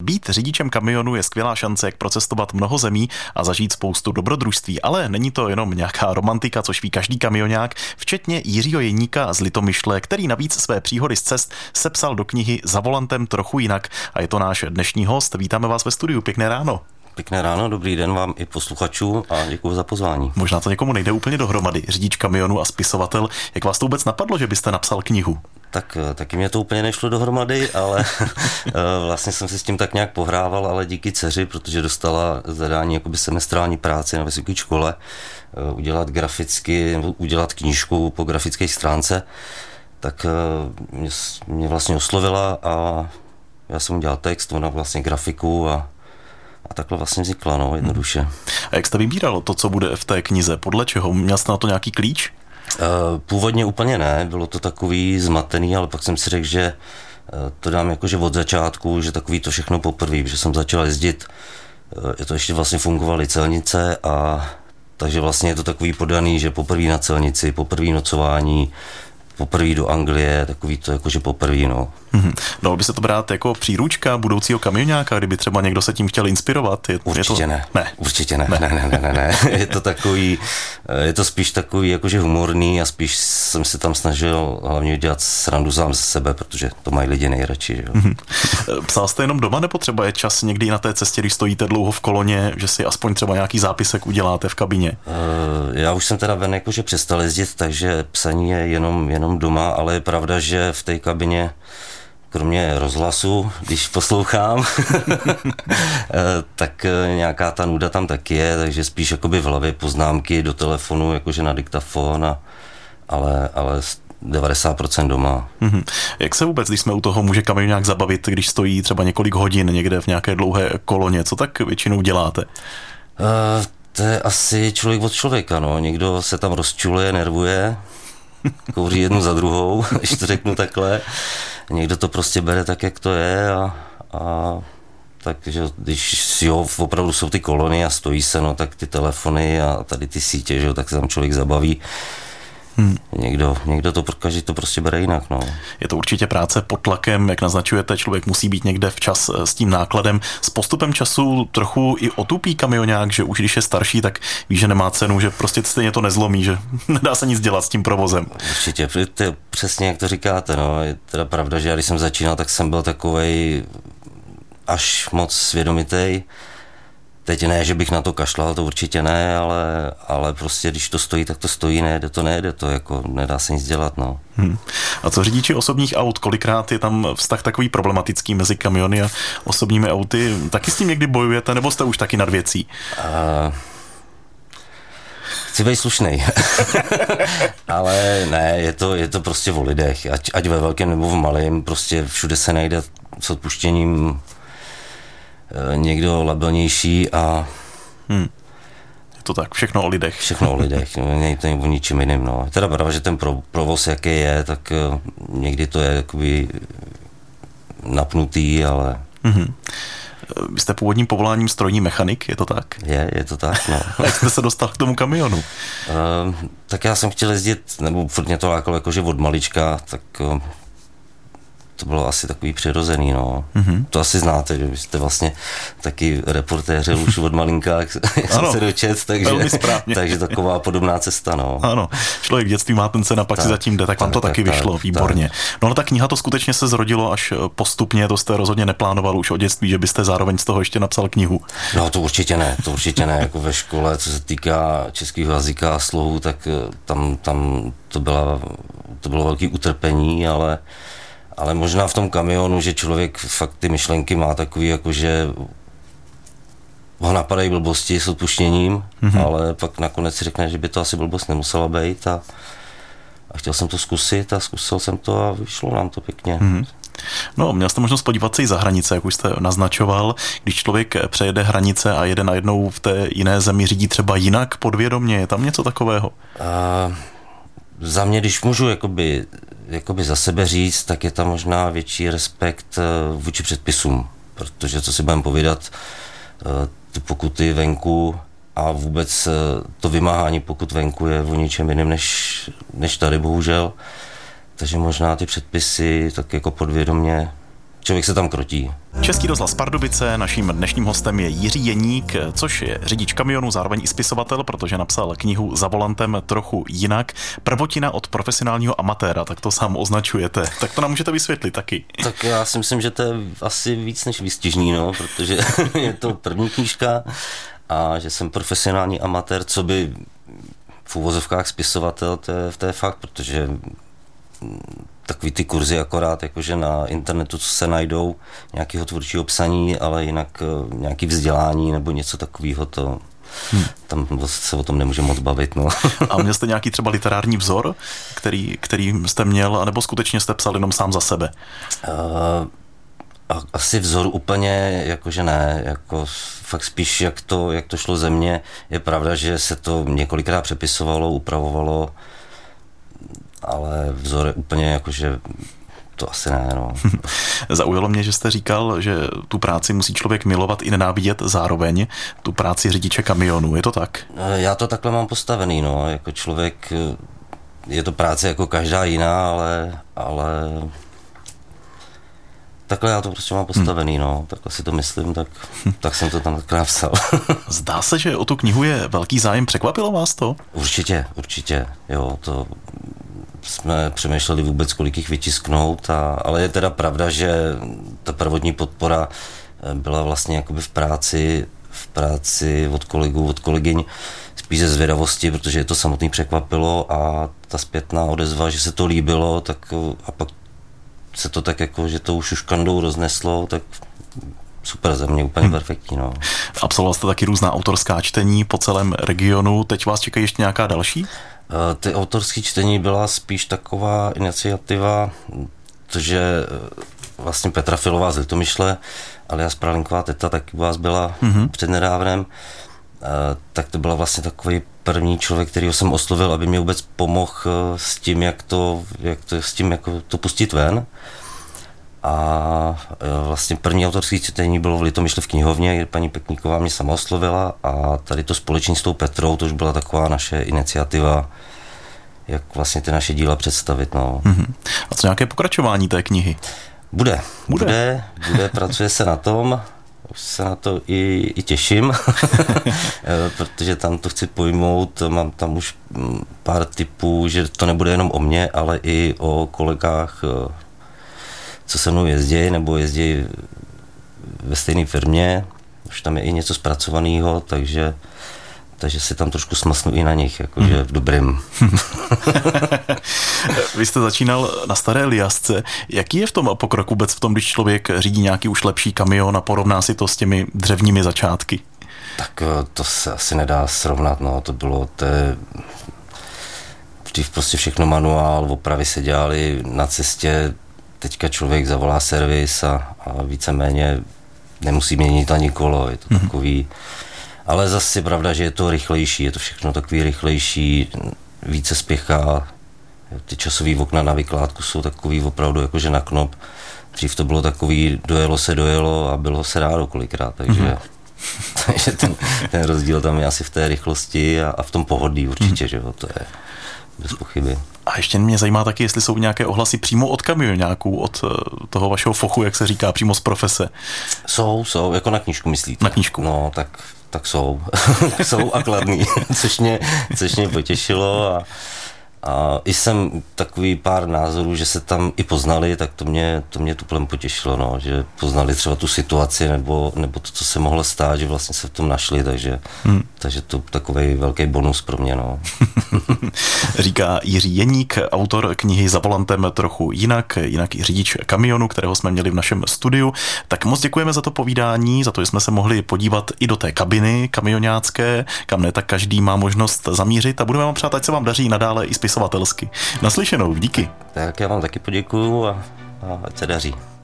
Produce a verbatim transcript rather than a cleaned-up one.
Být řidičem kamionu je skvělá šance, jak procestovat mnoho zemí a zažít spoustu dobrodružství, ale není to jenom nějaká romantika, což ví každý kamionák, včetně Jiřího Jeníka z Litomyšle, který navíc své příhody z cest sepsal do knihy Za volantem trochu jinak. A je to náš dnešní host. Vítáme vás ve studiu. Pěkné ráno. Pěkné ráno, dobrý den vám i posluchačům a děkuji za pozvání. Možná to někomu nejde úplně dohromady, řidič kamionu a spisovatel. Jak vás to vůbec napadlo, že byste napsal knihu? Tak taky mě to úplně nešlo dohromady, ale vlastně jsem si s tím tak nějak pohrával, ale díky dceři, protože dostala zadání jakoby semestrální práci na vysoké škole, udělat graficky, udělat knížku po grafické stránce, tak mě, mě vlastně oslovila a já jsem udělal text, ona vlastně grafiku a A takhle vlastně vznikla, no, jednoduše. A jak jste vybíral to, co bude v té knize? Podle čeho? Měl jste na to nějaký klíč? Původně úplně ne, bylo to takový zmatený, ale pak jsem si řekl, že to dám jakože od začátku, že takový to všechno poprvé, že jsem začal jezdit, je to ještě vlastně fungovaly celnice a takže vlastně je to takový podaný, že poprvé na celnici, poprvé nocování, poprvé do Anglie, takový to jakože poprvé, no. Mm-hmm. Dalo by se to brát jako příručka budoucího kamionáka, kdyby třeba někdo se tím chtěl inspirovat? Je, určitě je to... ne. ne. Určitě ne. Ne, ne, ne, ne, ne. Je to takový, je to spíš takový jakože humorný a spíš jsem se tam snažil hlavně dělat srandu sám ze sebe, protože to mají lidi nejradši, že jo. Mm-hmm. Psal jste jenom doma, nebo třeba je čas někdy na té cestě, když stojíte dlouho v koloně, že si aspoň třeba nějaký zápisek uděláte v kabině? Uh, já už jsem teda ven jakože přestal jezdit, takže psaní je jenom, jenom doma, ale je pravda, že v té kabině kromě rozhlasu, když poslouchám, tak nějaká ta nuda tam taky je, takže spíš jakoby v hlavě poznámky do telefonu, jakože na diktafon, a, ale, ale devadesát procent doma. Mm-hmm. Jak se vůbec, když jsme u toho, může kamionák zabavit, když stojí třeba několik hodin někde v nějaké dlouhé koloně? Co tak většinou děláte? Uh, to je asi člověk od člověka, no. Někdo se tam rozčuluje, nervuje, kouří jednu za druhou, když to řeknu takhle. Někdo to prostě bere tak, jak to je a, a takže když jo, opravdu jsou ty kolony a stojí se, no tak ty telefony a tady ty sítě, že jo, tak se tam člověk zabaví. Hmm. Někdo, někdo to, každý to prostě bere jinak, no. Je to určitě práce pod tlakem, jak naznačujete, člověk musí být někde včas s tím nákladem. S postupem času trochu i otupí kamionák, že už když je starší, tak ví, že nemá cenu, že prostě stejně to nezlomí, že nedá se nic dělat s tím provozem. Určitě, to je přesně jak to říkáte, no. Je teda pravda, že já když jsem začínal, tak jsem byl takovej až moc svědomitej. Teď ne, že bych na to kašlal, to určitě ne, ale, ale prostě když to stojí, tak to stojí, nejde to, nejde to, jako nedá se nic dělat, no. Hmm. A co řidiči osobních aut, kolikrát je tam vztah takový problematický mezi kamiony a osobními auty? Taky s tím někdy bojujete, nebo jste už taky nad věcí? Uh, chci být slušnej. Ale ne, je to, je to prostě o lidech, ať, ať ve velkém nebo v malém, prostě všude se najde s odpuštěním někdo labilnější a hmm. je to tak, všechno o lidech. Všechno o lidech, není to o ničem jiným, no. Teda pravda, že ten pro, provoz, jaký je, tak uh, někdy to je jakoby napnutý, ale... Mm-hmm. Vy jste původním povoláním strojní mechanik, je to tak? Je, je to tak, no. Jak jste se dostal k tomu kamionu? Uh, tak já jsem chtěl jezdit, nebo furt mě to lákalo jakože od malička, tak... Uh, to bylo asi takový přirozený, no. Mm-hmm. To asi znáte, že vy jste vlastně taky reportéři už od malinka, jak jsem se dočet, takže, takže taková podobná cesta, no. Ano, člověk v dětství má ten sen a pak tak, si zatím jde, tak, tak vám to tak, taky tak, vyšlo, tak, výborně. Tak. No ale ta kniha to skutečně se zrodilo až postupně, to jste rozhodně neplánoval už od dětství, že byste zároveň z toho ještě napsal knihu. No to určitě ne, to určitě ne, jako ve škole, co se týká českého jazyka a slohu, tak tam, tam to, byla, to bylo velké utrpení, ale Ale možná v tom kamionu, že člověk fakt ty myšlenky má takový, jakože ho napadají blbosti s odpuštěním, mm-hmm. ale pak nakonec si řekne, že by to asi blbost nemusela být a, a chtěl jsem to zkusit a zkusil jsem to a vyšlo nám to pěkně. Mm-hmm. No, měl jste možnost podívat se i za hranice, jak už jste naznačoval. Když člověk přejede hranice a jede najednou v té jiné zemi, řídí třeba jinak podvědomě, je tam něco takového? Uh, za mě, když můžu jakoby, jakoby za sebe říct, tak je tam možná větší respekt vůči předpisům, protože co si budeme povídat, ty pokuty venku a vůbec to vymáhání pokut venku je o ničem jiném než, než tady, bohužel. Takže možná ty předpisy tak jako podvědomě člověk se tam krotí. Český rozhlas Pardubice, naším dnešním hostem je Jiří Jeník, což je řidič kamionu, zároveň i spisovatel, protože napsal knihu Za volantem trochu jinak. Prvotina od profesionálního amatéra, tak to sám označujete. Tak to nám můžete vysvětlit taky. Tak já si myslím, že to je asi víc než výstižný, no, protože je to první knížka a že jsem profesionální amatér, co by v uvozovkách spisovatel, to je, to je fakt, protože takový ty kurzy akorát, jakože na internetu, co se najdou, nějakého tvůrčího psaní, ale jinak nějaký vzdělání nebo něco takového, to hmm. tam se o tom nemůže moc bavit. No. A měl jste nějaký třeba literární vzor, který, který jste měl, anebo skutečně jste psal jenom sám za sebe? Uh, asi vzor úplně, jakože ne, jako fakt spíš, jak to, jak to šlo ze mě. Je pravda, že se to několikrát přepisovalo, upravovalo, ale vzor je úplně jakože to asi ne, no. Zaujalo mě, že jste říkal, že tu práci musí člověk milovat i nenávidět zároveň, tu práci řidiče kamionu, je to tak? Já to takhle mám postavený, no, jako člověk, je to práce jako každá jiná, ale, ale takhle já to prostě mám postavený, hmm. no, takhle si to myslím, tak, tak jsem to tam takhle napsal. Zdá se, že o tu knihu je velký zájem, překvapilo vás to? Určitě, určitě, jo, to jsme přemýšleli vůbec, kolik jich vytisknout, a, ale je teda pravda, že ta prvotní podpora byla vlastně jakoby v práci, v práci od kolegů, od kolegyň, spíš ze zvědavosti, protože je to samotný překvapilo a ta zpětná odezva, že se to líbilo, tak a pak se to tak jako, že to už už kandou rozneslo, tak super, za mě úplně hmm. perfektní. No. Absolvoval jste taky různá autorská čtení po celém regionu, teď vás čekají ještě nějaká další? Ty autorské čtení byla spíš taková iniciativa, že vlastně Petra Filová z Litomyšle, alias Pralinková teta, taky u vás byla mm-hmm. přednedávnem, tak to byla vlastně takový první člověk, kterýho jsem oslovil, aby mě vůbec pomohl s tím, jak to, jak to, s tím, jako to pustit ven. A vlastně první autorské čtení bylo v Litomyšli v knihovně, kde paní Pekníková mě sama oslovila, a tady to společně s tou Petrou, to už byla taková naše iniciativa, jak vlastně ty naše díla představit. No. Mm-hmm. A co nějaké pokračování té knihy? Bude, bude, bude, bude pracuje se na tom, už se na to i, i těším, protože tam to chci pojmout, mám tam už pár tipů, že to nebude jenom o mně, ale i o kolegách, co se mnou jezdí, nebo jezdí ve stejné firmě, už tam je i něco zpracovaného, takže, takže si tam trošku smasnu i na nich, jakože hmm. v dobrém. Vy jste začínal na staré Liasce. Jaký je v tom pokrok vůbec v tom, když člověk řídí nějaký už lepší kamion a porovná si to s těmi dřevními začátky? Tak to se asi nedá srovnat, no, to bylo, to je, dřív prostě všechno manuál, opravy se dělaly na cestě, teďka člověk zavolá servis a, a víceméně nemusí měnit ani kolo, je to mm-hmm. takový, ale zase je pravda, že je to rychlejší, je to všechno takový rychlejší, více spěchá, ty časový okna na vykládku jsou takový opravdu jakože na knop, dřív to bylo takový, dojelo se dojelo a bylo se rádo kolikrát, takže, mm-hmm. takže ten, ten rozdíl tam je asi v té rychlosti a, a v tom pohodlí určitě, mm-hmm. že jo, to je bez pochyby. A ještě mě zajímá taky, jestli jsou nějaké ohlasy přímo od kamionáků, od toho vašeho fochu, jak se říká, přímo z profese. Jsou, jsou, jako na knížku myslíte? Na knížku. No, tak, tak jsou. Jsou a kladný, což mě, což mě potěšilo a, a i jsem takový pár názorů, že se tam i poznali, tak to mě, to mě tuplem potěšilo, no, že poznali třeba tu situaci nebo, nebo to, co se mohlo stát, že vlastně se v tom našli, takže, hmm. takže to takovej velký bonus pro mě, no. Říká Jiří Jeník, autor knihy Za volantem trochu jinak, jinak i řidič kamionu, kterého jsme měli v našem studiu. Tak moc děkujeme za to povídání, za to, že jsme se mohli podívat i do té kabiny kamionácké, kam ne tak každý má možnost zamířit, a budeme vám přát, ať se vám daří nadále i spisovatelsky. Naslyšenou, díky. Tak já vám taky poděkuju a, a ať se daří.